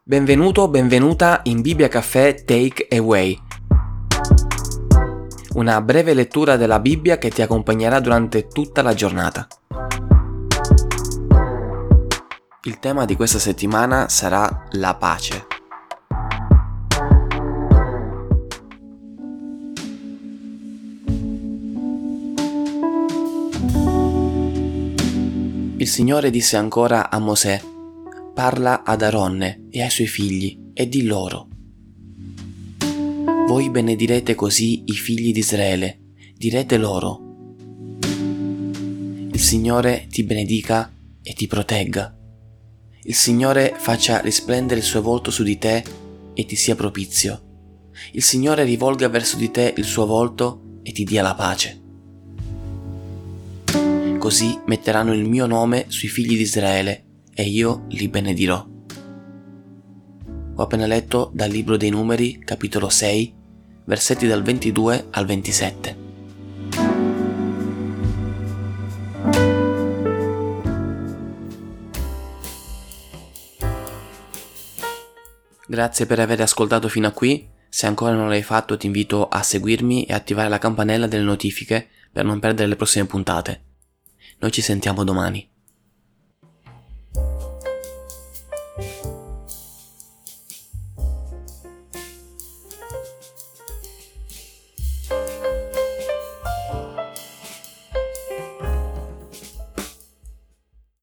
Benvenuto o benvenuta in Bibbia Caffè Take Away. Una breve lettura della Bibbia che ti accompagnerà durante tutta la giornata. Il tema di questa settimana sarà la pace. Il Signore disse ancora a Mosè: parla ad Aronne e ai suoi figli e di loro: voi benedirete così i figli di Israele, direte loro: il Signore ti benedica e ti protegga. Il Signore faccia risplendere il suo volto su di te e ti sia propizio. Il Signore rivolga verso di te il suo volto e ti dia la pace. Così metteranno il mio nome sui figli di Israele e io li benedirò. Ho appena letto dal Libro dei Numeri, capitolo 6, versetti dal 22 al 27. Grazie per aver ascoltato fino a qui. Se ancora non l'hai fatto, ti invito a seguirmi e attivare la campanella delle notifiche per non perdere le prossime puntate. Noi ci sentiamo domani.